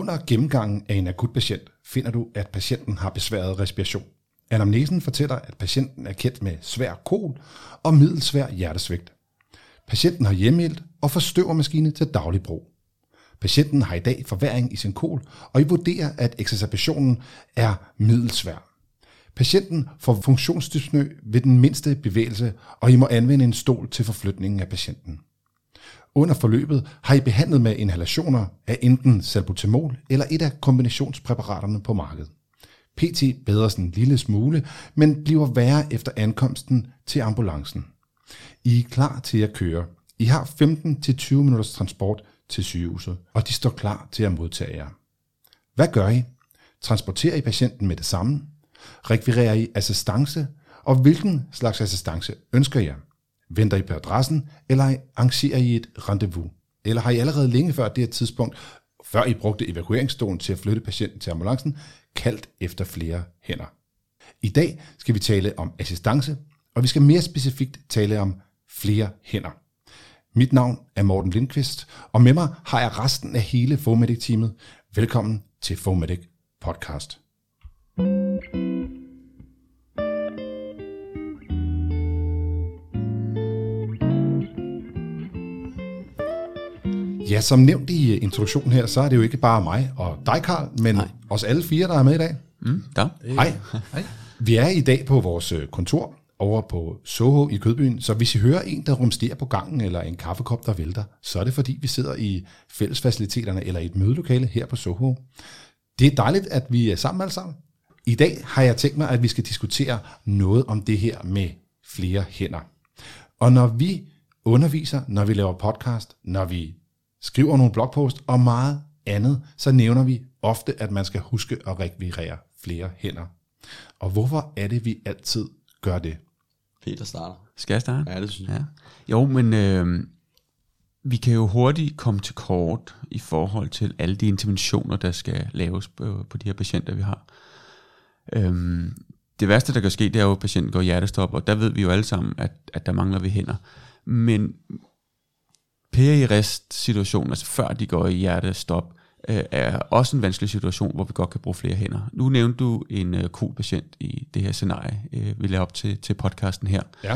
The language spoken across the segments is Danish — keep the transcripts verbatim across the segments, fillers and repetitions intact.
Under gennemgangen af en akutpatient finder du, at patienten har besværet respiration. Anamnesen fortæller, at patienten er kendt med svær kol og middelsvær hjertesvigt. Patienten har hjemmehjælp og forstøvermaskine til daglig brug. Patienten har i dag forværring i sin kol, og I vurderer, at exacerbationen er middelsvær. Patienten får funktionsdyspnø ved den mindste bevægelse, og I må anvende en stol til forflytningen af patienten. Under forløbet har I behandlet med inhalationer af enten salbutamol eller et af kombinationspræparaterne på markedet. P T bedres en lille smule, men bliver værre efter ankomsten til ambulancen. I er klar til at køre. I har femten til tyve minutters transport til sygehuset, og de står klar til at modtage jer. Hvad gør I? Transporterer I patienten med det samme? Rekvirerer I assistance? Og hvilken slags assistance ønsker I? Venter I på adressen, eller arrangerer I et rendezvous? Eller har I allerede længe før det her tidspunkt, før I brugte evakueringsstolen til at flytte patienten til ambulancen, kaldt efter flere hænder? I dag skal vi tale om assistance, og vi skal mere specifikt tale om flere hænder. Mit navn er Morten Lindqvist, og med mig har jeg resten af hele Fomedic-teamet. Velkommen til Fomedic Podcast. Ja, som nævnt i introduktionen her, så er det jo ikke bare mig og dig, Carl, men Nej. os alle fire, der er med i dag. Mm, da. Hej. Hej. Vi er i dag på vores kontor over på Soho i Kødbyen, så hvis I hører en, der rumsterer på gangen, eller en kaffekop, der vælter, så er det fordi, vi sidder i fællesfaciliteterne eller i et mødelokale her på Soho. Det er dejligt, at vi er sammen alle sammen. I dag har jeg tænkt mig, at vi skal diskutere noget om det her med flere hænder. Og når vi underviser, når vi laver podcast, når vi skriver nogle blogpost og meget andet, så nævner vi ofte, at man skal huske at rekvirere flere hænder. Og hvorfor er det, vi altid gør det? Peter starter. Skal jeg starte? Ja, det synes jeg. Ja. Jo, men øh, vi kan jo hurtigt komme til kort i forhold til alle de interventioner, der skal laves på, på de her patienter, vi har. Øh, det værste, der kan ske, det er jo, at patienten går i hjertestop, og der ved vi jo alle sammen, at, at der mangler vi hænder. Men peri-rest-situationen, altså før de går i hjertestop, øh, er også en vanskelig situation, hvor vi godt kan bruge flere hænder. Nu nævnte du en øh, KOL-patient i det her scenarie, øh, vi laver op til, til podcasten her. Ja.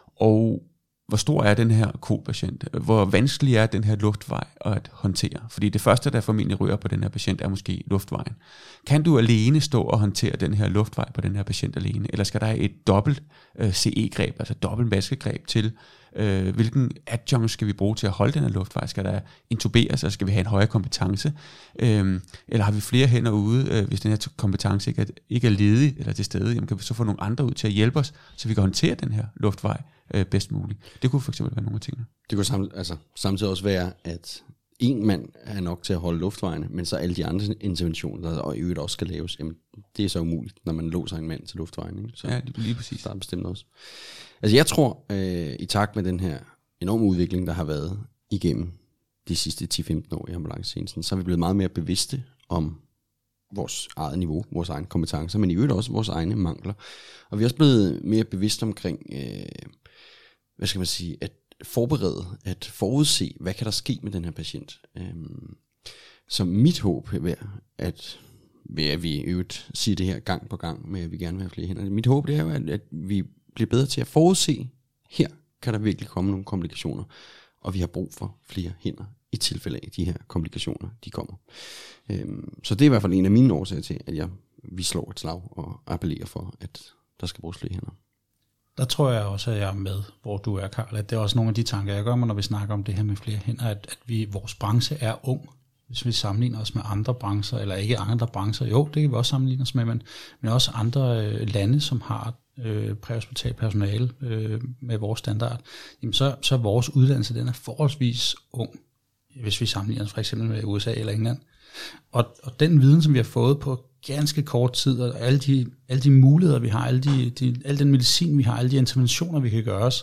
Og hvor stor er den her KOL-patient? Hvor vanskelig er den her luftvej at håndtere? Fordi det første, der formentlig rører på den her patient, er måske luftvejen. Kan du alene stå og håndtere den her luftvej på den her patient alene? Eller skal der et dobbelt øh, C E-greb, altså dobbelt maskegreb til, øh, hvilken adjunct skal vi bruge til at holde den her luftvej? Skal der intuberes, eller skal vi have en højere kompetence? Øh, eller har vi flere hænder ude, øh, hvis den her kompetence ikke er, ikke er ledig eller til stede? Jamen, kan vi så få nogle andre ud til at hjælpe os, så vi kan håndtere den her luftvej øh, bedst muligt? Det kunne for eksempel være nogle af tingene. Det kunne sam- altså, samtidig også være, at en mand er nok til at holde luftvejene, men så alle de andre interventioner, der i øvrigt også skal laves, jamen, det er så umuligt, når man låser en mand til luftvejene. Ikke? Så ja, lige præcis. Der er bestemt også. Altså jeg tror, øh, i takt med den her enorme udvikling, der har været igennem de sidste ti til femten år i ambulancetjenesten, så er vi blevet meget mere bevidste om vores eget niveau, vores egne kompetencer, men i øvrigt også vores egne mangler. Og vi er også blevet mere bevidste omkring, øh, hvad skal man sige, at forberede, at forudse, hvad kan der ske med den her patient. Øhm, så mit håb er, at ved at vi i øvrigt siger det her gang på gang, med at vi gerne vil have flere hænder. Mit håb det er jo, at, at vi bliver bedre til at forudse, her kan der virkelig komme nogle komplikationer, og vi har brug for flere hænder i tilfælde af de her komplikationer, de kommer. Øhm, så det er i hvert fald en af mine årsager til, at jeg, vi slår et slag og appellerer for, at der skal bruges flere hænder. Der tror jeg også, at jeg er med, hvor du er, Carl. At det er også nogle af de tanker, jeg gør mig, når vi snakker om det her med flere hænder, at, at vi, vores branche er ung. Hvis vi sammenligner os med andre brancher, eller ikke andre brancher, jo, det kan vi også sammenligne os med, men, men også andre øh, lande, som har øh, præhospitalt personale øh, med vores standard, jamen så, så vores uddannelse, den er forholdsvis ung, hvis vi sammenligner os for eksempel med U S A eller England. Og, og den viden, som vi har fået på ganske kort tid, og alle de, alle de muligheder, vi har, alle de, de, al den medicin, vi har, alle de interventioner, vi kan gøre os,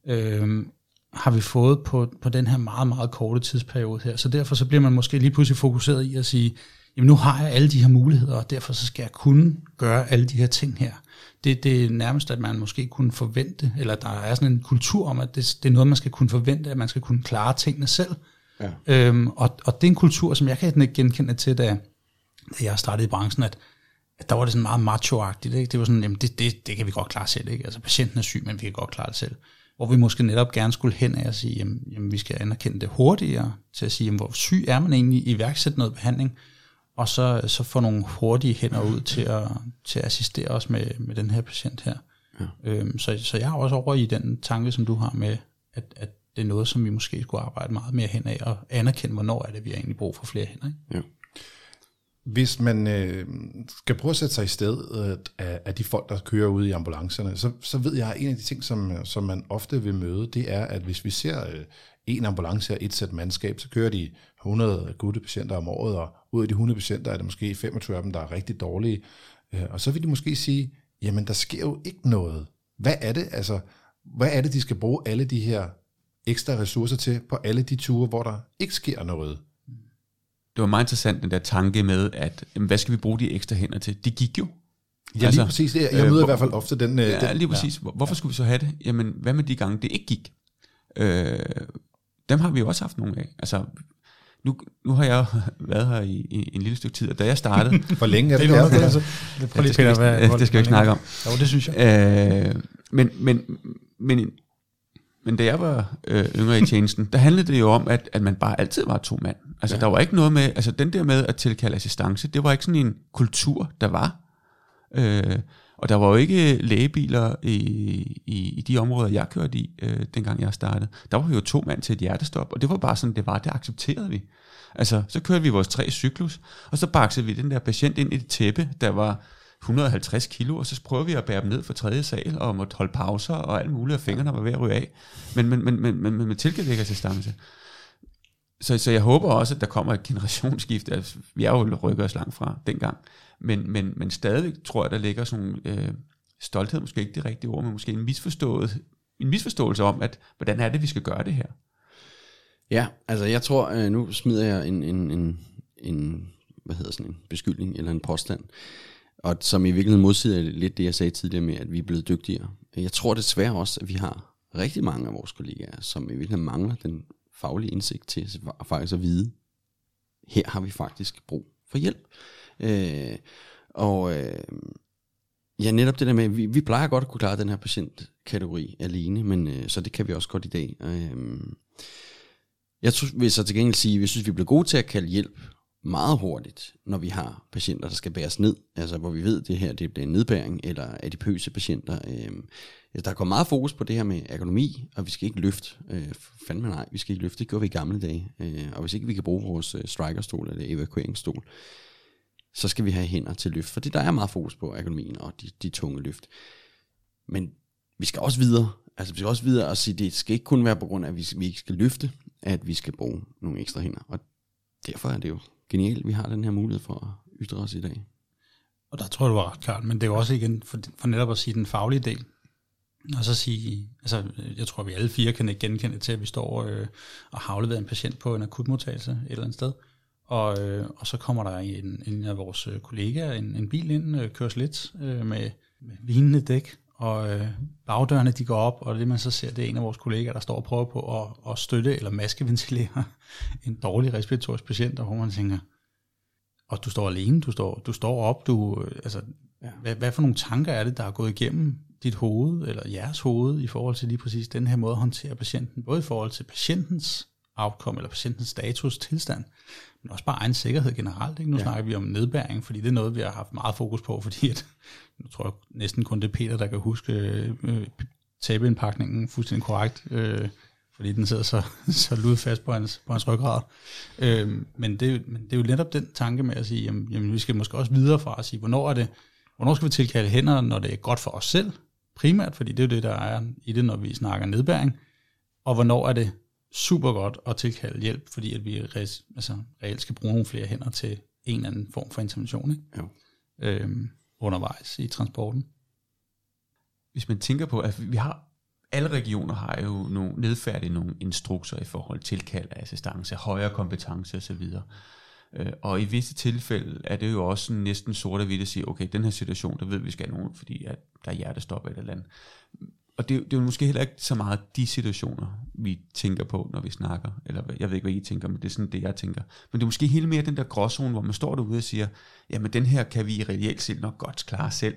øh, har vi fået på, på den her meget, meget korte tidsperiode her. Så derfor så bliver man måske lige pludselig fokuseret i at sige, jamen nu har jeg alle de her muligheder, og derfor så skal jeg kunne gøre alle de her ting her. Det, det er nærmest, at man måske kunne forvente, eller der er sådan en kultur om, at det, det er noget, man skal kunne forvente, at man skal kunne klare tingene selv. Ja. Øhm, og, og det er en kultur, som jeg kan ikke genkende til, da, da jeg startede i branchen, at, at der var det sådan meget macho-agtigt. Ikke? Det var sådan, jamen det, det, det kan vi godt klare selv. Ikke? Altså patienten er syg, men vi kan godt klare det selv. Hvor vi måske netop gerne skulle hen af at sige, jamen, jamen vi skal anerkende det hurtigere, til at sige, jamen, hvor syg er man egentlig, iværksætte noget behandling, og så, så få nogle hurtige hænder ud til at, til at assistere os med, med den her patient her. Ja. Øhm, så, så jeg er også over i den tanke, som du har med, at, at det er noget, som vi måske skulle arbejde meget mere hen af, og anerkende, hvornår er det, vi har egentlig brug for flere hænder. Ikke? Ja. Hvis man øh, skal prøve at sætte sig i stedet af, af de folk, der kører ude i ambulancerne, så, så ved jeg, at en af de ting, som, som man ofte vil møde, det er, at hvis vi ser øh, en ambulance og et sæt mandskab, så kører de hundrede gode patienter om året, og ud af de hundrede patienter er der måske femogtyve af dem, der er rigtig dårlige. Øh, og så vil de måske sige, jamen der sker jo ikke noget. Hvad er det, altså, hvad er det, de skal bruge alle de her ekstra ressourcer til på alle de ture, hvor der ikke sker noget? Det var meget interessant, den der tanke med, at jamen, hvad skal vi bruge de ekstra hænder til? De gik jo. Ja, altså, lige præcis. Jeg, jeg møder øh, i hvert fald ofte den... Ja, den, lige præcis. Ja. Hvorfor skulle vi så have det? Jamen, hvad med de gange, det ikke gik? Øh, dem har vi jo også haft nogle af. Altså, nu, nu har jeg været her i, i en lille stykke tid, og da jeg startede... Hvor længe er det? Det, det, altså, det, det, det skal, Peter, hvad, det, det skal vi ikke snakke om. Jo, det synes jeg. Øh, men, men, men, men da jeg var øh, yngre i tjenesten, der handlede det jo om, at, at man bare altid var to mand. Altså, ja. Der var ikke noget med... Altså, den der med at tilkalde assistance, det var ikke sådan en kultur, der var. Øh, og der var jo ikke lægebiler i, i, i de områder, jeg kørte i, øh, dengang jeg startede. Der var jo to mand til et hjertestop, og det var bare sådan, det var. Det accepterede vi. Altså, så kørte vi vores tre cyklus, og så baksede vi den der patient ind i det tæppe, der var et hundrede og halvtreds kilo, og så prøvede vi at bære dem ned fra tredje sal, og måtte holde pauser, og alt muligt, og fingrene var ved at ryge af. Men, men, men, men, men, men med tilkaldeassistance. Så, så jeg håber også, at der kommer et generationsskift. Altså, vi er jo rykket os langt fra dengang. Men, men, men stadig tror jeg, der ligger sådan nogle, øh, stolthed, måske ikke det rigtige ord, men måske en, misforstået, en misforståelse om, at hvordan er det, vi skal gøre det her? Ja, altså jeg tror, øh, nu smider jeg en, en, en, en, hvad hedder sådan en beskyldning, eller en påstand, og som i virkeligheden modsiger lidt det, jeg sagde tidligere med, at vi er blevet dygtigere. Jeg tror desværre også, at vi har rigtig mange af vores kollegaer, som i virkeligheden mangler den faglige indsigt til at faktisk at vide, her har vi faktisk brug for hjælp. Øh, og øh, ja, netop det der med, vi, vi plejer godt at kunne klare den her patientkategori alene, men øh, så det kan vi også godt i dag. Øh, jeg tror, vil så til gengæld sige, at vi synes, vi bliver gode til at kalde hjælp meget hurtigt, når vi har patienter, der skal bæres ned, altså hvor vi ved, det her det bliver en nedbæring, eller adipøse patienter. Øh, der kommer meget fokus på det her med ergonomi, og vi skal ikke løfte. Øh, fandme nej, vi skal ikke løfte, det gjorde vi i gamle dage. Øh, og hvis ikke vi kan bruge vores øh, strikerstol eller evakueringsstol, så skal vi have hænder til løft, fordi der er meget fokus på ergonomien og de, de tunge løft. Men vi skal også videre, altså vi skal også videre og sige, det skal ikke kun være på grund af, at vi, vi ikke skal løfte, at vi skal bruge nogle ekstra hænder. Og derfor er det jo genialt, at vi har den her mulighed for at ytre os i dag. Og der tror jeg, du var ret klart, men det er jo også igen for, for netop at sige den faglige del. Og så sige, altså jeg tror, vi alle fire kan genkende til, at vi står øh, og har afleveret en patient på en akutmodtagelse et eller andet sted. Og, øh, og så kommer der en, en af vores kollegaer, en, en bil ind, øh, køres lidt øh, med, med vinende dæk, og øh, bagdørene de går op, og det man så ser, det er en af vores kollegaer, der står og prøver på at, at støtte eller maskeventilere en dårlig respiratorisk patient, og hvor man tænker, og du står alene, du står, du står op, du, altså, ja. hvad, hvad for nogle tanker er det, der er gået igennem dit hoved, eller jeres hoved, i forhold til lige præcis den her måde at håndtere patienten, både i forhold til patientens outcome, eller patientens status, tilstand, men også bare egen sikkerhed generelt. Ikke? Nu ja. snakker vi om nedbæring, fordi det er noget, vi har haft meget fokus på, fordi at, nu tror jeg næsten kun det er Peter, der kan huske øh, tapeindpakningen fuldstændig korrekt, øh, fordi den sidder så, så ludfast på hans, på hans ryggrad. Øh, men, det, men det er jo netop den tanke med at sige, jamen, jamen vi skal måske også videre fra at sige, hvornår er det, hvornår skal vi tilkalde hænder, når det er godt for os selv, primært, fordi det er jo det, der er i det, når vi snakker nedbæring, og hvornår er det super godt at tilkalde hjælp, fordi at vi re- altså, reelt skal bruge nogle flere hænder til en eller anden form for intervention, ikke? Jo. Øhm, undervejs i transporten. Hvis man tænker på, at vi har, alle regioner har jo nogle nedfærdige nogle instrukser i forhold til tilkald af assistance, højere kompetence osv. Og i visse tilfælde er det jo også sådan næsten sort og hvidt at sige, okay, den her situation, der ved vi skal have nogen, fordi at der er hjertestop eller et eller andet. Og det, det er jo måske heller ikke så meget de situationer, vi tænker på, når vi snakker, eller jeg ved ikke, hvad I tænker, men det er sådan det, jeg tænker. Men det er måske helt mere den der gråzone, hvor man står derude og siger, jamen den her kan vi reelt set nok godt klare selv.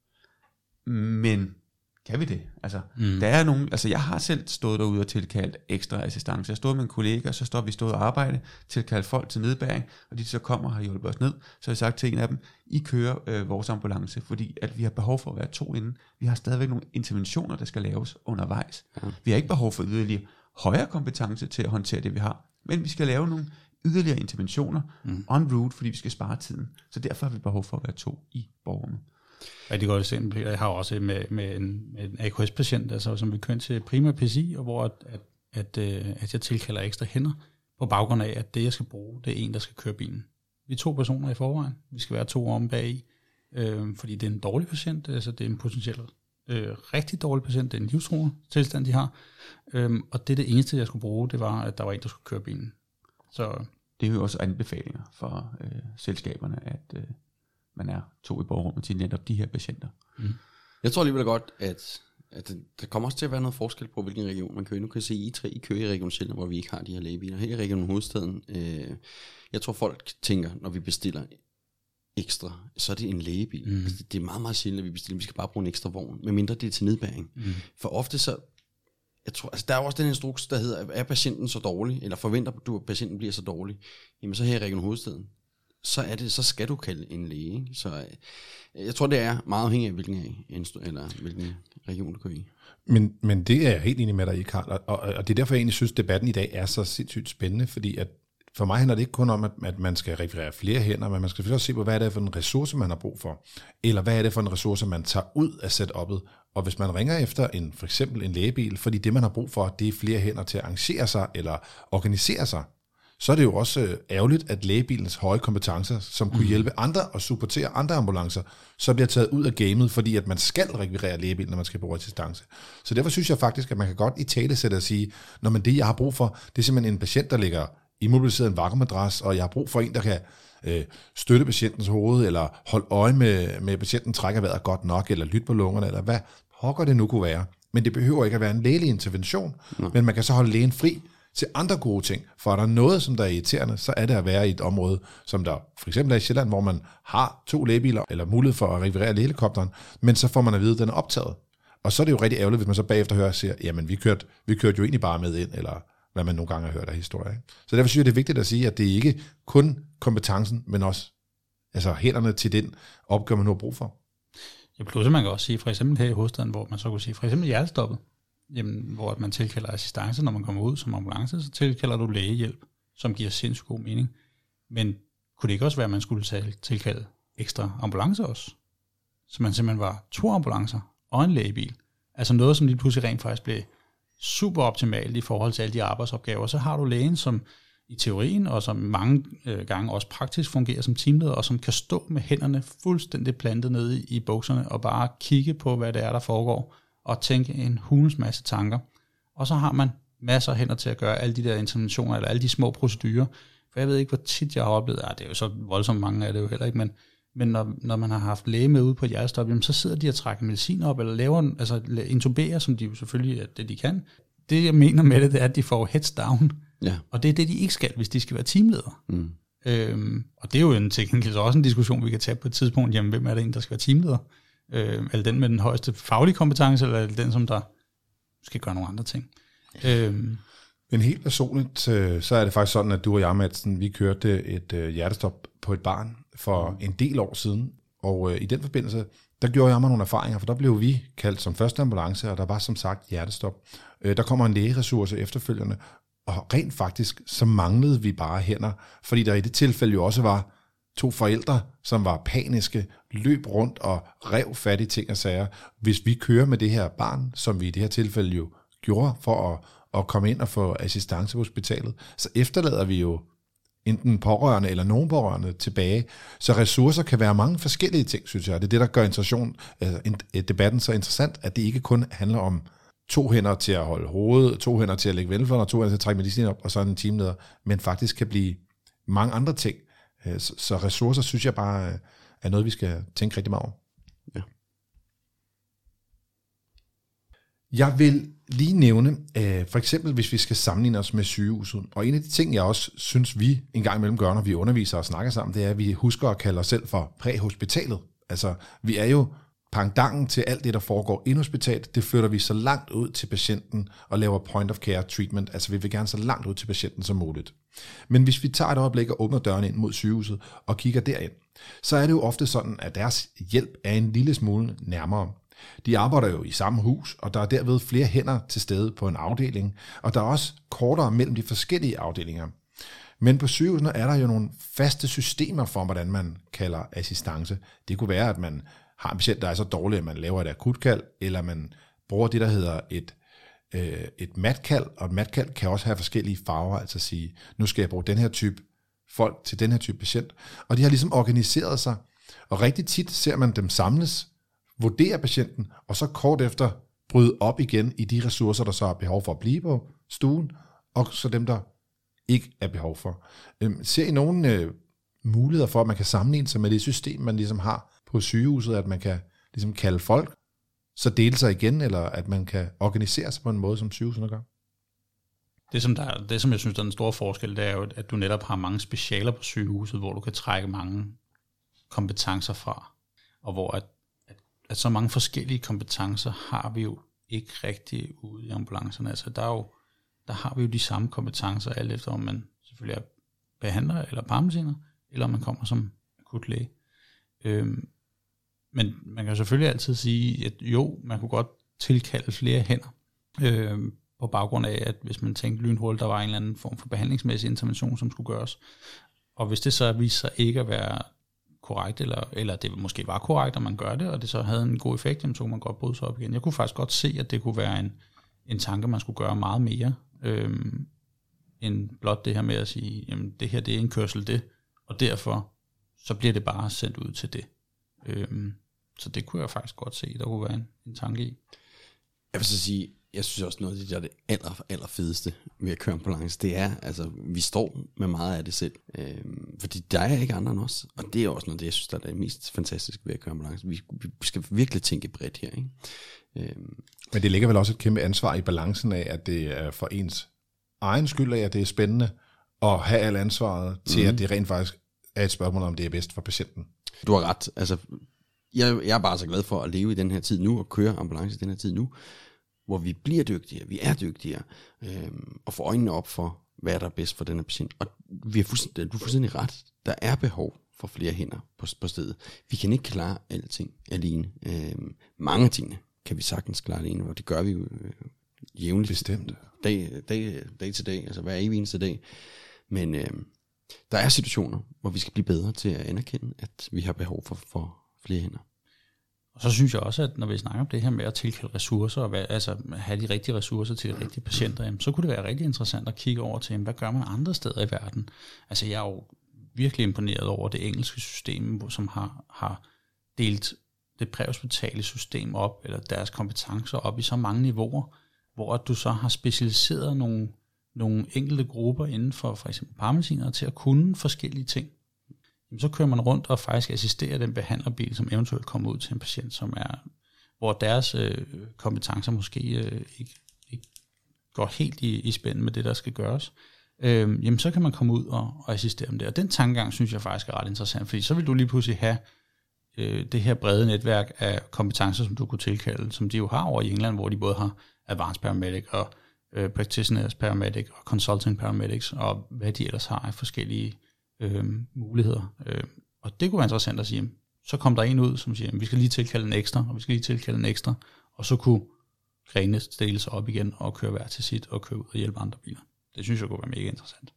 Men kan vi det? Altså, mm. der er nogen, altså jeg har selv stået derude og tilkaldt ekstra assistance. Jeg stod med en kollega, og så står vi stået og arbejde, tilkaldt folk til nedbæring, og de så kommer og har hjulpet os ned. Så har jeg sagt til en af dem, I kører øh, vores ambulance, fordi at vi har behov for at være to inden. Vi har stadigvæk nogle interventioner, der skal laves undervejs. Ja. Vi har ikke behov for yderligere højere kompetence til at håndtere det, vi har. Men vi skal lave nogle yderligere interventioner mm. en route, fordi vi skal spare tiden. Så derfor har vi behov for at være to i borgerne. Rigtig godt eksempel. Jeg har også med, med en, med en A K S-patient, altså, som vi kører til Prima P C I, og hvor at, at, at, at jeg tilkalder ekstra hænder på baggrund af, at det, jeg skal bruge, det er en, der skal køre bilen. Vi er to personer i forvejen. Vi skal være to om bag i, øh, fordi det er en dårlig patient. Altså, det er en potentielt øh, rigtig dårlig patient. Det er en livstruende tilstand, de har. Øh, og det er det eneste, jeg skulle bruge, det var, at der var en, der skulle køre bilen. Så det er jo også anbefalinger for øh, selskaberne, at øh, man er to i borgerrummet til netop de her patienter. Mm. Jeg tror alligevel godt, at, at der kommer også til at være noget forskel på, hvilken region man kører. Nu kan jeg se, I tre I kører i Region Sjælland, hvor vi ikke har de her lægebiler. Her i Region Hovedstaden, øh, jeg tror folk tænker, når vi bestiller ekstra, så er det en lægebil. Mm. Altså, det er meget, meget sjældent, at vi bestiller, vi skal bare bruge en ekstra vogn, medmindre det er til nedbæring. Mm. For ofte så, jeg tror, altså der er også den instruks, der hedder, er patienten så dårlig, eller forventer du, at patienten bliver så dårlig, jamen så her i Region Hovedstaden, så er det, så skal du kalde en læge. Ikke? Så øh, jeg tror, det er meget afhængigt af, hvilken, af, eller hvilken region du kører i. Men, men det er jeg helt enig med dig i, Karl, og, og, og det er derfor, jeg egentlig synes, at debatten i dag er så sindssygt spændende, fordi at for mig handler det ikke kun om, at, at man skal rekvirere flere hænder, men man skal selvfølgelig også se på, hvad er det for en ressource, man har brug for, eller hvad er det for en ressource, man tager ud af setup'et. Og hvis man ringer efter en, for eksempel en lægebil, fordi det, man har brug for, det er flere hænder til at arrangere sig eller organisere sig, så er det jo også ærgerligt, at lægebilens høje kompetencer, som kunne hjælpe andre og supportere andre ambulancer, så bliver taget ud af gamet, fordi at man skal rekvirere lægebilen, når man skal bruge assistance. Så derfor synes jeg faktisk, at man kan godt i talesætte og sige, når man det, jeg har brug for, det er simpelthen en patient, der ligger immobiliseret en vakuumadras, og jeg har brug for en, der kan øh, støtte patientens hoved, eller holde øje med, med patienten trækker vejret godt nok, eller lytte på lungerne, eller hvad pokker det nu kunne være. Men det behøver ikke at være en lægelig intervention, Nå. men man kan så holde lægen fri til andre gode ting. For er der noget, som der er irriterende, så er det at være i et område, som der for eksempel er i Sjælland, hvor man har to lægebiler, eller mulighed for at rekvirere helikopteren, men så får man at vide, at den er optaget. Og så er det jo rigtig ærgerligt, hvis man så bagefter hører og siger, jamen vi kørte, vi kørte jo egentlig bare med ind, eller hvad man nogle gange har hørt af historier. Ikke? Så derfor synes jeg, det er vigtigt at sige, at det ikke kun kompetencen, men også altså hænderne til den opgave, man nu har brug for. Ja, plus man kan også sige, for eksempel her i hovedstaden, hvor man så kunne sige, for eksempel hjertestoppet, jamen, hvor man tilkalder assistance, når man kommer ud som ambulance, så tilkalder du lægehjælp, som giver sindssygt god mening. Men kunne det ikke også være, at man skulle tilkalde ekstra ambulancer også? Så man simpelthen var to ambulancer og en lægebil. Altså noget, som lige pludselig rent faktisk blev super optimalt i forhold til alle de arbejdsopgaver. Så har du lægen, som i teorien, og som mange øh, gange også praktisk fungerer som teamleder, og som kan stå med hænderne fuldstændig plantet nede i, i bukserne, og bare kigge på, hvad det er, der foregår, og tænke en hulens masse tanker. Og så har man masser af hænder til at gøre alle de der interventioner, eller alle de små procedurer. For jeg ved ikke, hvor tit jeg har oplevet, ja, det er jo så voldsomt mange af det jo heller ikke, men, men når, når man har haft læge med ude på hjertestop, jamen, så sidder de og trækker medicin op, eller laver, altså intuberer, som de jo selvfølgelig er det, de kan. Det, jeg mener med det, det er, at de får heads down. Ja. Og det er det, de ikke skal, hvis de skal være teamledere. Mm. Øhm, og det er jo en teknisk også en diskussion, vi kan tage på et tidspunkt, jamen hvem er det en, der skal være teamleder? Øh, eller den med den højeste faglige kompetence, eller den, som der skal gøre nogle andre ting. Øhm. Men helt personligt, så er det faktisk sådan, at du og jeg, Madsen, vi kørte et øh, hjertestop på et barn for mm. en del år siden, og øh, i den forbindelse, der gjorde jeg mig nogle erfaringer, for der blev vi kaldt som første ambulance, og der var som sagt hjertestop. Øh, der kommer en lægeressource efterfølgende, og rent faktisk, så manglede vi bare hænder, fordi der i det tilfælde jo også var to forældre, som var paniske, løb rundt og rev fat i ting og sager. Hvis vi kører med det her barn, som vi i det her tilfælde jo gjorde for at, at komme ind og få assistance på hospitalet, så efterlader vi jo enten pårørende eller nogen pårørende tilbage. Så ressourcer kan være mange forskellige ting, synes jeg. Det er det, der gør interaktion, altså debatten så interessant, at det ikke kun handler om to hænder til at holde hovedet, to hænder til at lægge velfærd, og to hænder til at trække medicin op, og så en teamleder, men faktisk kan blive mange andre ting. Så, så ressourcer, synes jeg bare, er noget, vi skal tænke rigtig meget over. Ja. Jeg vil lige nævne, øh, for eksempel hvis vi skal sammenligne os med sygehuset, og en af de ting, jeg også synes, vi en gang imellem gør, når vi underviser og snakker sammen, det er, at vi husker at kalde os selv for præhospitalet. Altså, vi er jo pangdangen til alt det, der foregår i hospitalet, det flytter vi så langt ud til patienten og laver point of care treatment. Altså, vi vil gerne så langt ud til patienten som muligt. Men hvis vi tager et øjeblik og åbner døren ind mod sygehuset og kigger derind, så er det jo ofte sådan, at deres hjælp er en lille smule nærmere. De arbejder jo i samme hus, og der er derved flere hænder til stede på en afdeling, og der er også kortere mellem de forskellige afdelinger. Men på sygehusene er der jo nogle faste systemer for, hvordan man kalder assistance. Det kunne være, at man har en patient, der er så dårlig, at man laver et akutkald, eller man bruger det, der hedder et, øh, et matkald, og et matkald kan også have forskellige farver, altså sige, nu skal jeg bruge den her type folk til den her type patient. Og de har ligesom organiseret sig, og rigtig tit ser man dem samles, vurdere patienten, og så kort efter bryde op igen i de ressourcer, der så har behov for at blive på stuen, og så dem, der ikke er behov for. Øhm, ser I nogle øh, muligheder for, at man kan sammenligne sig med det system, man ligesom har på sygehuset, at man kan ligesom kalde folk, så dele sig igen, eller at man kan organisere sig på en måde, som sygehusene gør? Det som, der, det, som jeg synes, der er den store forskel, det er jo, at du netop har mange specialer på sygehuset, hvor du kan trække mange kompetencer fra, og hvor at, at, at så mange forskellige kompetencer har vi jo ikke rigtig ude i ambulancerne. Altså der, er jo, der har vi jo de samme kompetencer, alt efter om man selvfølgelig er behandler eller paramediciner, eller om man kommer som akutlæge. Øhm, men man kan selvfølgelig altid sige, at jo, man kunne godt tilkalde flere hænder, øhm, på baggrund af, at hvis man tænkte lynhurtigt, der var en eller anden form for behandlingsmæssig intervention, som skulle gøres. Og hvis det så viser sig ikke at være korrekt, eller, eller det måske var korrekt, og man gør det, og det så havde en god effekt, jamen, så kunne man godt bryde sig op igen. Jeg kunne faktisk godt se, at det kunne være en, en tanke, man skulle gøre meget mere, øhm, end blot det her med at sige, jamen det her det er en kørsel det, og derfor så bliver det bare sendt ud til det. Øhm, så det kunne jeg faktisk godt se, der kunne være en, en tanke i. Jeg vil så sige, jeg synes også noget af det, der er det aller, aller fedeste ved at køre ambulance, det er, altså, vi står med meget af det selv. Øhm, fordi der er ikke andre end os. Og det er også noget af det, jeg synes, der er det mest fantastiske ved at køre ambulance. Vi, vi skal virkelig tænke bredt her, ikke? Øhm. Men det ligger vel også et kæmpe ansvar i balancen af, at det er for ens egen skyld af, at det er spændende at have alt ansvaret til, mm-hmm. at det rent faktisk er et spørgsmål, om det er bedst for patienten. Du har ret. Altså, jeg, jeg er bare så glad for at leve i den her tid nu, og køre ambulance i den her tid nu, hvor vi bliver dygtigere, vi er dygtigere, øhm, og får øjnene op for, hvad der er bedst for denne patient. Og vi er fuldstændig, du er fuldstændig ret. Der er behov for flere hænder på, på stedet. Vi kan ikke klare alting alene. Øhm, mange ting kan vi sagtens klare alene, og det gør vi jo øh, jævnligt. Bestemt. Dag, dag, dag til dag, altså hver evig eneste dag. Men øhm, der er situationer, hvor vi skal blive bedre til at anerkende, at vi har behov for, for flere hænder. Og så synes jeg også, at når vi snakker om det her med at tilkalde ressourcer, og hvad, altså have de rigtige ressourcer til de rigtige patienter, jamen, så kunne det være rigtig interessant at kigge over til, jamen, hvad gør man andre steder i verden? Altså jeg er jo virkelig imponeret over det engelske system, som har, har delt det præhospitale system op, eller deres kompetencer op i så mange niveauer, hvor du så har specialiseret nogle, nogle enkelte grupper inden for for eksempel paramediciner til at kunne forskellige ting. Så kører man rundt og faktisk assisterer den behandlerbil, som eventuelt kommer ud til en patient, som er, hvor deres øh, kompetencer måske øh, ikke, ikke går helt i, i spænd med det, der skal gøres. Øh, jamen så kan man komme ud og, og assistere dem der. Og den tankegang synes jeg faktisk er ret interessant, fordi så vil du lige pludselig have øh, det her brede netværk af kompetencer, som du kunne tilkalde, som de jo har over i England, hvor de både har advanced paramedic og øh, practitioners paramedic og consulting paramedics, og hvad de ellers har af forskellige Øh, muligheder. Øh, og det kunne være interessant at sige, så kom der en ud, som siger, vi skal lige tilkalde en ekstra, og vi skal lige tilkalde en ekstra, og så kunne grenene stille sig op igen og køre hver til sit, og køre ud og hjælpe andre biler. Det synes jeg kunne være mega interessant.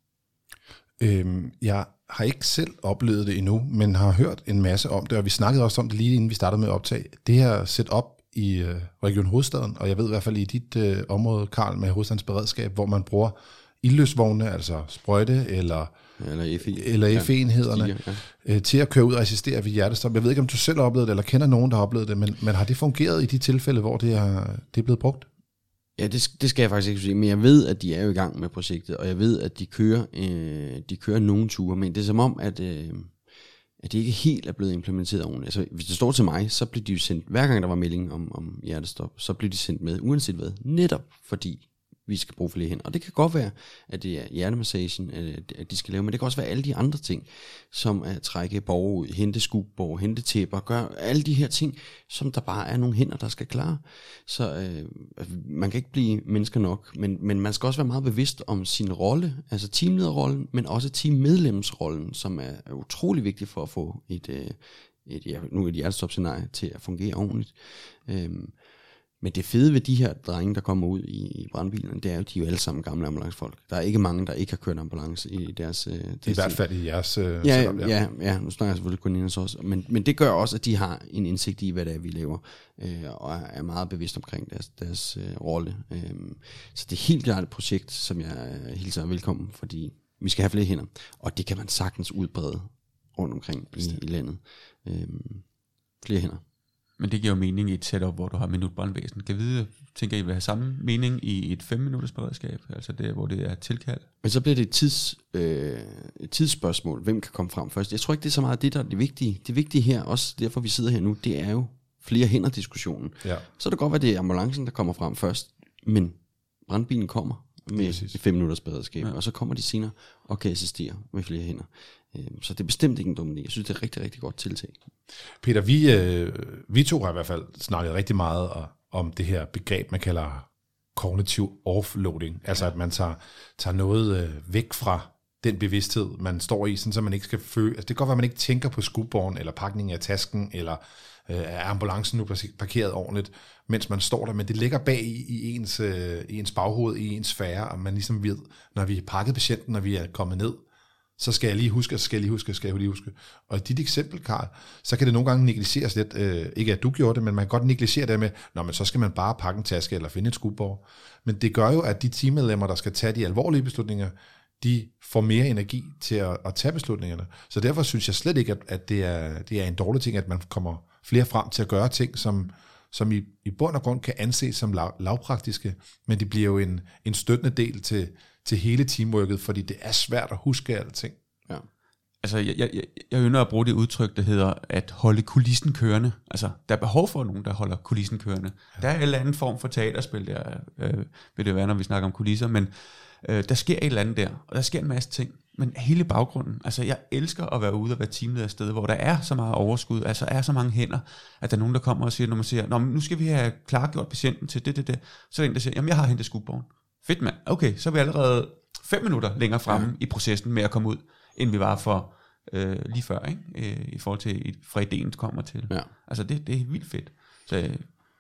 Øhm, jeg har ikke selv oplevet det endnu, men har hørt en masse om det, og vi snakkede også om det lige inden vi startede med at optage. Det her setup i øh, Region Hovedstaden, og jeg ved i hvert fald i dit øh, område, Karl, med Hovedstadens Beredskab, hvor man bruger ildløsvogne, altså sprøjte eller Eller F E. Eller F E-enhederne, ja, ja. til at køre ud og assistere ved hjertestop. Jeg ved ikke, om du selv har oplevet det, eller kender nogen, der har oplevet det, men, men har det fungeret i de tilfælde, hvor det er, det er blevet brugt? Ja, det, det skal jeg faktisk ikke sige, men jeg ved, at de er jo i gang med projektet, og jeg ved, at de kører, øh, de kører nogle ture, men det er som om, at, øh, at det ikke helt er blevet implementeret ordentligt. Altså, hvis det står til mig, så bliver de jo sendt, hver gang der var melding om, om hjertestop, så bliver de sendt med, uanset hvad, netop fordi vi skal bruge flere hænder. Og det kan godt være, at det er hjertemassagen, at de skal lave, men det kan også være alle de andre ting, som at trække borger ud, hente skubborg, hente tæpper, gøre alle de her ting, som der bare er nogle hænder, der skal klare. Så øh, man kan ikke blive mennesker nok, men, men man skal også være meget bevidst om sin rolle, altså teamlederrollen, men også teammedlemsrollen, som er, er utrolig vigtig for at få et, øh, et, ja, nu et hjertestop-scenarie til at fungere ordentligt. Øhm, Men det fede ved de her drenge, der kommer ud i, i brandbilerne, det er jo, de er jo alle sammen gamle ambulancefolk. Der er ikke mange, der ikke har kørt ambulance i deres... Øh, I hvert fald i jeres... Øh, ja, setup, ja, ja, ja, nu snakker jeg selvfølgelig kun indenfor også. Men, men det gør også, at de har en indsigt i, hvad det er, vi laver, øh, og er meget bevidst omkring deres, deres øh, rolle. Øh, så det er helt klart et projekt, som jeg hilser velkommen, fordi vi skal have flere hænder. Og det kan man sagtens udbrede rundt omkring i, i landet. Øh, flere hænder. Men det giver jo mening i et setup, hvor du har minutbrandvæsen. Kan vide, tænker I vil have samme mening i et fem minutters beredskab, altså det, hvor det er tilkald? Men så bliver det et, tids, øh, et tidsspørgsmål. Hvem kan komme frem først? Jeg tror ikke, det er så meget det, der er det vigtige. Det vigtige her, også derfor vi sidder her nu, det er jo flere hænder-diskussionen. Ja. Så det kan godt være, det er ambulancen, der kommer frem først, men brandbilen kommer med et fem minutters beredskab, ja. Og så kommer de senere og kan assistere med flere hænder. Så det er bestemt ikke en dum idé. Jeg synes, det er et rigtig, rigtig godt tiltag. Peter, vi, øh, vi to har i hvert fald snakket rigtig meget om det her begreb, man kalder kognitiv offloading. Altså, at man tager, tager noget øh, væk fra den bevidsthed, man står i, sådan, så man ikke skal føle... Altså, det kan godt være, at man ikke tænker på skubborgen, eller pakningen af tasken, eller øh, er ambulancen nu parkeret ordentligt, mens man står der, men det ligger bag i, i, ens, øh, i ens baghoved, i ens sfære, og man ligesom ved, når vi har pakket patienten, når vi er kommet ned, så skal jeg lige huske, skal jeg lige huske, skal jeg lige huske. Og i dit eksempel, Karl, så kan det nogle gange negligeres lidt, øh, ikke at du gjorde det, men man kan godt negligere det med, nå, men så skal man bare pakke en taske eller finde et skubborg. Men det gør jo, at de teammedlemmer, der skal tage de alvorlige beslutninger, de får mere energi til at, at tage beslutningerne. Så derfor synes jeg slet ikke, at, at det, er, det er en dårlig ting, at man kommer flere frem til at gøre ting, som, som i, i bund og grund kan anses som lav, lavpraktiske, men det bliver jo en, en støttende del til, til hele teamworket, fordi det er svært at huske alting. Ja. Altså, jeg, jeg, jeg ynder at bruge det udtryk, der hedder at holde kulissen kørende. Altså, der er behov for nogen, der holder kulissen kørende. Ja. Der er en eller anden form for teaterspil, der øh, vil det være, når vi snakker om kulisser, men øh, der sker et eller andet der, og der sker en masse ting. Men hele baggrunden, altså jeg elsker at være ude og være teamleder et sted, hvor der er så meget overskud, altså er så mange hænder, at der er nogen, der kommer og siger, når man siger, nå, nu skal vi have klargjort patienten til det, det, det. Så er der en, der siger, jamen jeg har hentet skubborgen. Fedt mand, okay, så er vi allerede fem minutter længere fremme ja. i processen med at komme ud, end vi var for øh, lige før, ikke? Øh, i forhold til fra ideen kommer til. Ja. Altså det, det er vildt fedt. Så, øh,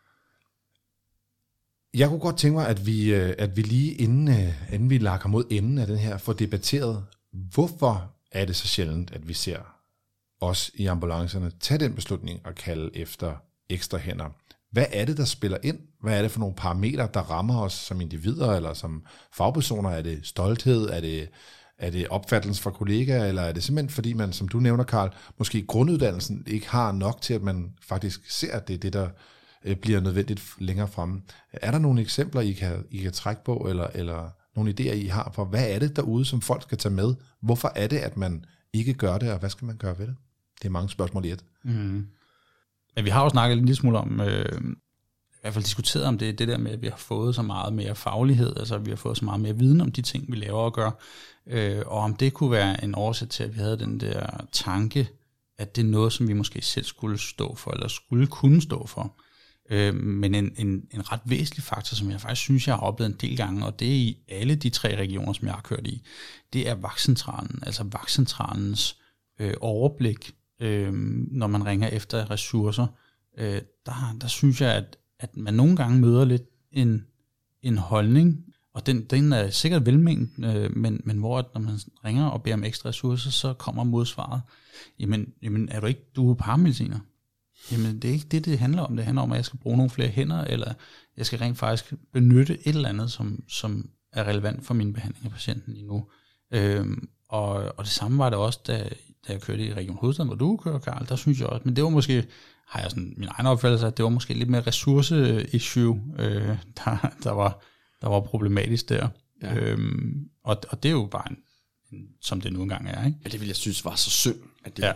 jeg kunne godt tænke mig, at vi, at vi lige inden, inden vi lakker mod enden af den her, får debatteret, hvorfor er det så sjældent, at vi ser os i ambulancerne tage den beslutning og kalde efter ekstra hænder. Hvad er det, der spiller ind? Hvad er det for nogle parametre, der rammer os som individer eller som fagpersoner? Er det stolthed? Er det, er det opfattelsen fra kollegaer? Eller er det simpelthen, fordi man, som du nævner, Karl, måske grunduddannelsen ikke har nok til, at man faktisk ser, at det er det, der bliver nødvendigt længere fremme. Er der nogle eksempler, I kan, I kan trække på, eller, eller nogle idéer, I har på, hvad er det derude, som folk skal tage med? Hvorfor er det, at man ikke gør det, og hvad skal man gøre ved det? Det er mange spørgsmål i et. Mm. Ja, vi har jo snakket en lille smule om, øh, i hvert fald diskuteret om det, det der med, at vi har fået så meget mere faglighed, altså vi har fået så meget mere viden om de ting, vi laver og gør, øh, og om det kunne være en årsag til, at vi havde den der tanke, at det er noget, som vi måske selv skulle stå for, eller skulle kunne stå for. Øh, men en, en, en ret væsentlig faktor, som jeg faktisk synes, jeg har oplevet en del gange, og det er i alle de tre regioner, som jeg har kørt i, det er vagtcentralen, altså vagtcentralens øh, overblik, øh, når man ringer efter ressourcer. Øh, der, der synes jeg, at, at man nogle gange møder lidt en, en holdning, og den, den er sikkert velment, øh, men, men hvor at, når man ringer og beder om ekstra ressourcer, så kommer modsvaret. Jamen, jamen er du ikke, du er paramediciner? Jamen, det er ikke det, det handler om. Det handler om, at jeg skal bruge nogle flere hænder, eller jeg skal rent faktisk benytte et eller andet, som, som er relevant for min behandling af patienten lige nu. Øhm, og, og det samme var det også, da, da jeg kørte i Region Hovedstaden, hvor du kører, Karl. Der synes jeg også, men det var måske, har jeg sådan min egen opfattelse, at det var måske lidt mere ressource-issue, øh, der, der, var, der var problematisk der. Ja. Øhm, og, og det er jo bare en, en, som det nu engang er, ikke? Ja, det ville jeg synes var så synd, at det ja. var det,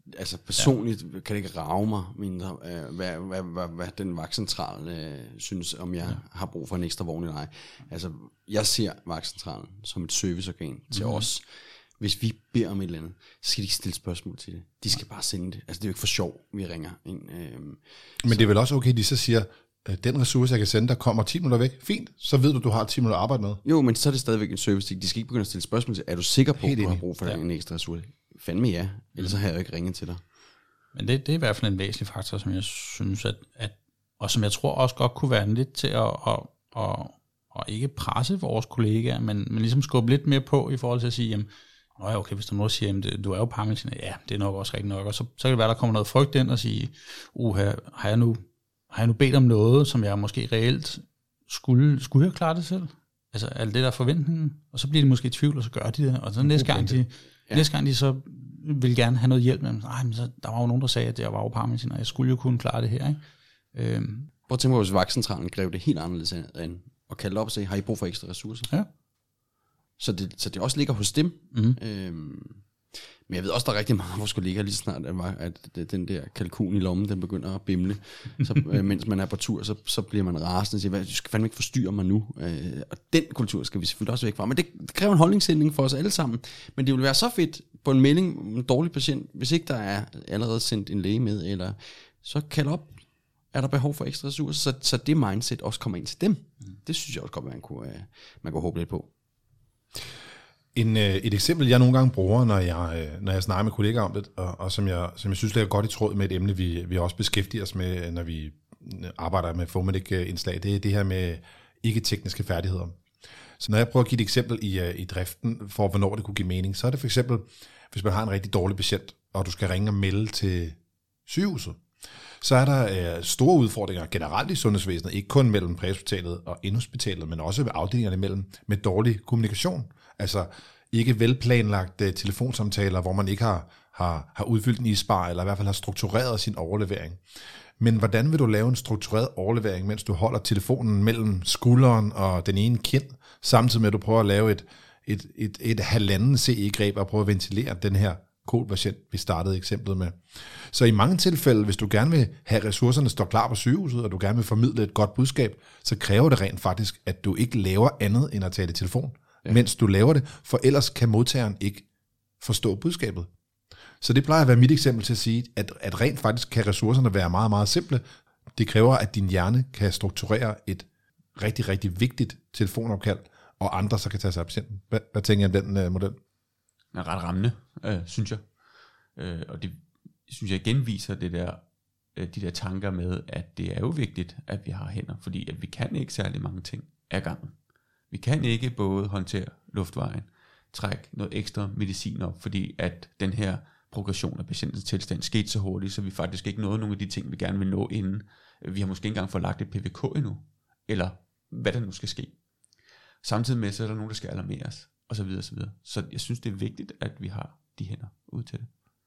altså personligt ja. kan det ikke rage mig mindre, øh, hvad, hvad, hvad, hvad den vagtcentral øh, synes, om jeg ja. har brug for en ekstra vogn eller ej. Altså, jeg ser vagtcentralen som et serviceorgan til mm. os. Hvis vi beder om et eller andet, så skal de ikke stille spørgsmål til det. De skal bare sende det. Altså, det er jo ikke for sjov, vi ringer ind. Øh, Men så. Det er vel også okay, de så siger, den ressource, jeg kan sende, der kommer ti minutter væk. Fint, så ved du, du har ti minutter at arbejde med. Jo, men så er det stadigvæk en service. De skal ikke begynde at stille spørgsmål til, er du sikker på, at du har brug for ja. en ekstra ressource? Fandme ja, ellers så har jeg jo ikke ringet til dig. Men det, det er i hvert fald en væsentlig faktor, som jeg synes, at, at og som jeg tror også godt kunne være lidt til at, at, at, at ikke presse vores kollegaer, men, men ligesom skubbe lidt mere på i forhold til at sige, jamen, ja, okay, hvis der er noget, der siger, jamen, du er jo paramediciner, ja, det er nok også rigtig nok, og så, så kan det være, der kommer noget frygt ind og sige, uha, har jeg nu har jeg nu bedt om noget, som jeg måske reelt skulle, skulle have klaret det selv? Altså, er det der forventningen? Og så bliver de måske i tvivl, og så gør de det. Og så næste gang, de, ja. næste gang de så vil gerne have noget hjælp med dem, nej, men så, der var jo nogen, der sagde, at jeg var jo paramediciner, og jeg skulle jo kunne klare det her. Ikke? Øhm. Prøv at tænke på, hvis vagtcentralen greb det helt anderledes an, og kaldte op og sagde, har I brug for ekstra ressourcer? Ja. Så det, så det også ligger hos dem. Mm. Øhm. Men jeg ved også, der er rigtig meget af vores kollegaer, lige snart, at den der kalkun i lommen, den begynder at bimle. Så, mens man er på tur, så, så bliver man rasende og siger, du skal fandme ikke forstyrre mig nu. Og den kultur skal vi selvfølgelig også væk fra. Men det, det kræver en holdningssætning for os alle sammen. Men det vil være så fedt på en melding om en dårlig patient, hvis ikke der er allerede sendt en læge med, eller så kald op, er der behov for ekstra ressourcer, så, så det mindset også kommer ind til dem. Mm. Det synes jeg også godt, man kunne, man kunne håbe lidt på. En, et eksempel, jeg nogle gange bruger, når jeg, når jeg snakker med kollegaer om det, og, og som, jeg, som jeg synes ligger godt i tråd med et emne, vi, vi også beskæftiger os med, når vi arbejder med Fomedic-indslag, det er det her med ikke-tekniske færdigheder. Så når jeg prøver at give et eksempel i, i driften, for hvornår det kunne give mening, så er det for eksempel, hvis man har en rigtig dårlig patient, og du skal ringe og melde til sygehuset, så er der øh, store udfordringer generelt i sundhedsvæsenet, ikke kun mellem præhospitalet og inhospitalet, men også ved afdelingerne imellem, med dårlig kommunikation. Altså ikke velplanlagte telefonsamtaler, hvor man ikke har, har, har udfyldt en isbar, eller i hvert fald har struktureret sin overlevering. Men hvordan vil du lave en struktureret overlevering, mens du holder telefonen mellem skulderen og den ene kind, samtidig med at du prøver at lave et, et, et, et halvanden C E-greb og prøve at ventilere den her kolpatient, vi startede eksemplet med. Så i mange tilfælde, hvis du gerne vil have ressourcerne stå klar på sygehuset, og du gerne vil formidle et godt budskab, så kræver det rent faktisk, at du ikke laver andet end at tale i telefon, ja. mens du laver det, for ellers kan modtageren ikke forstå budskabet. Så det plejer at være mit eksempel til at sige, at, at rent faktisk kan ressourcerne være meget, meget simple. Det kræver, at din hjerne kan strukturere et rigtig, rigtig vigtigt telefonopkald, og andre så kan tage sig af patienten. Hvad, hvad tænker jeg om den uh, model? Den er ret rammende, øh, synes jeg. Øh, og det synes jeg igen viser det der, øh, de der tanker med, at det er jo vigtigt, at vi har hænder, fordi at vi kan ikke særlig mange ting ad gangen. Vi kan ikke både håndtere luftvejen, trække noget ekstra medicin op, fordi at den her progression af patientens tilstand skete så hurtigt, så vi faktisk ikke nåede nogle af de ting, vi gerne vil nå inden. Vi har måske ikke engang fået lagt et P V K endnu, eller hvad der nu skal ske. Samtidig med, så er der nogen, der skal alarmeres, og så videre, så videre. Så jeg synes, det er vigtigt, at vi har de hænder ud til det.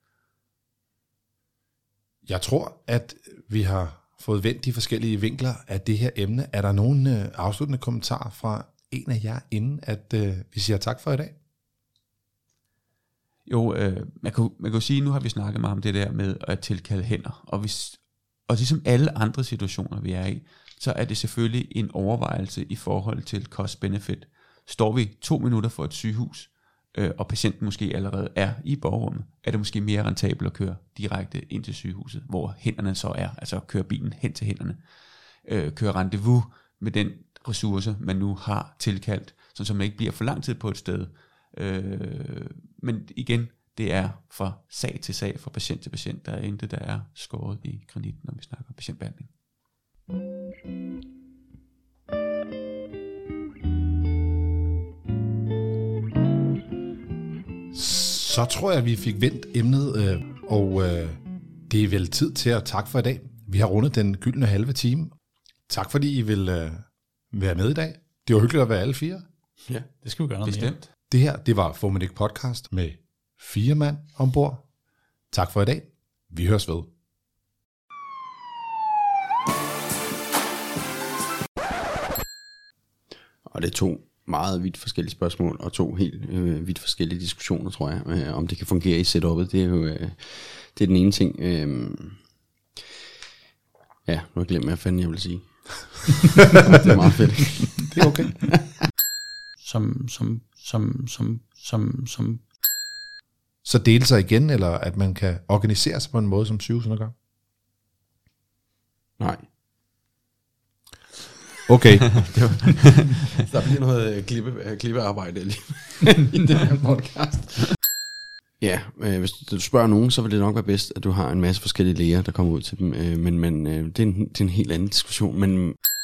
Jeg tror, at vi har fået vendt de forskellige vinkler af det her emne. Er der nogen øh, afsluttende kommentarer fra en af jer, inden at øh, vi siger tak for i dag? Jo, øh, man, kan, man kan jo sige, nu har vi snakket meget om det der med at tilkalde hænder, og, hvis, og ligesom alle andre situationer, vi er i, så er det selvfølgelig en overvejelse i forhold til cost-benefit. Står vi to minutter for et sygehus, øh, og patienten måske allerede er i borgerrummet, er det måske mere rentabelt at køre direkte ind til sygehuset, hvor hænderne så er, altså køre bilen hen til hænderne, øh, køre rendezvous med den ressource, man nu har tilkaldt, så man ikke bliver for lang tid på et sted. Øh, men igen, det er fra sag til sag, fra patient til patient. Der er intet, der er skåret i granit, når vi snakker patientbehandling. Så tror jeg, vi fik vendt emnet, øh, og øh, det er vel tid til at takke for i dag. Vi har rundet den gyldne halve time. Tak fordi I vil øh, være med i dag. Det var hyggeligt at være alle fire. Ja, det skal vi gøre noget Bestemt. mere. Det her, det var Fomedic Podcast med fire mand ombord. Tak for i dag. Vi høres ved. Og det tog meget vidt forskellige spørgsmål, og to helt øh, vidt forskellige diskussioner, tror jeg, øh, om det kan fungere i setup'et. Det er jo øh, det er den ene ting. Øh, ja, nu har jeg glemt, hvad fanden jeg vil sige. Det er meget fedt. Det er okay. Som, som, som, som, som, som. Så dele sig igen, eller at man kan organisere sig på en måde, som sygehusene gør? Nej. Okay. Der bliver noget klippe, klippearbejde i den her podcast. Ja, øh, hvis du spørger nogen, så vil det nok være bedst, at du har en masse forskellige læger, der kommer ud til dem. Øh, men men øh, det, er en, det er en helt anden diskussion. Men